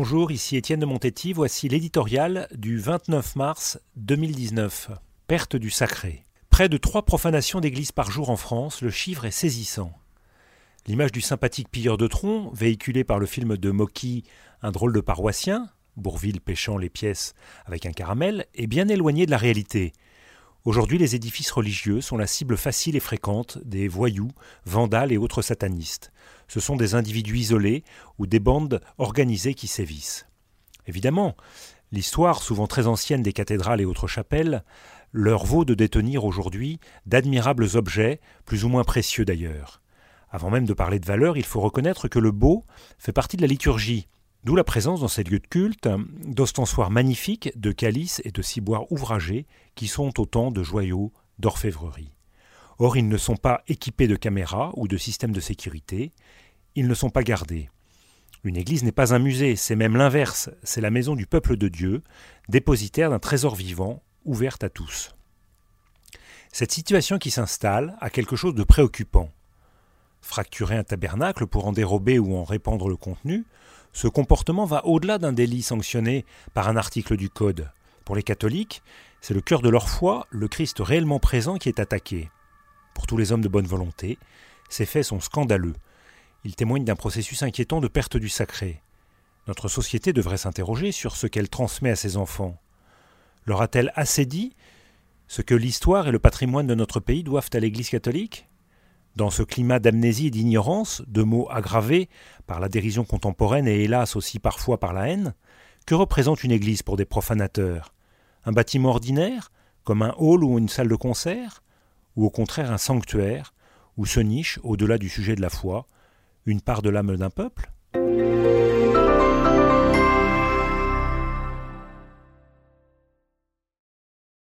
Bonjour, ici Étienne de Montetti, voici l'éditorial du 29 mars 2019. Perte du sacré. Près de 3 profanations d'église par jour en France, le chiffre est saisissant. L'image du sympathique pilleur de troncs, véhiculée par le film de Mocky, Un drôle de paroissien, Bourvil pêchant les pièces avec un caramel, est bien éloignée de la réalité. Aujourd'hui, les édifices religieux sont la cible facile et fréquente des voyous, vandales et autres satanistes. Ce sont des individus isolés ou des bandes organisées qui sévissent. Évidemment, l'histoire, souvent très ancienne des cathédrales et autres chapelles, leur vaut de détenir aujourd'hui d'admirables objets, plus ou moins précieux d'ailleurs. Avant même de parler de valeur, il faut reconnaître que le beau fait partie de la liturgie, d'où la présence dans ces lieux de culte d'ostensoirs magnifiques, de calices et de ciboires ouvragés qui sont autant de joyaux d'orfèvrerie. Or, ils ne sont pas équipés de caméras ou de systèmes de sécurité, ils ne sont pas gardés. Une église n'est pas un musée, c'est même l'inverse, c'est la maison du peuple de Dieu, dépositaire d'un trésor vivant, ouverte à tous. Cette situation qui s'installe a quelque chose de préoccupant. Fracturer un tabernacle pour en dérober ou en répandre le contenu, ce comportement va au-delà d'un délit sanctionné par un article du Code. Pour les catholiques, c'est le cœur de leur foi, le Christ réellement présent qui est attaqué. Pour tous les hommes de bonne volonté, ces faits sont scandaleux. Ils témoignent d'un processus inquiétant de perte du sacré. Notre société devrait s'interroger sur ce qu'elle transmet à ses enfants. Leur a-t-elle assez dit ce que l'histoire et le patrimoine de notre pays doivent à l'Église catholique ? Dans ce climat d'amnésie et d'ignorance, de mots aggravés par la dérision contemporaine et hélas aussi parfois par la haine, que représente une église pour des profanateurs ? Un bâtiment ordinaire, comme un hall ou une salle de concert ? Ou au contraire un sanctuaire, où se niche, au-delà du sujet de la foi, une part de l'âme d'un peuple ?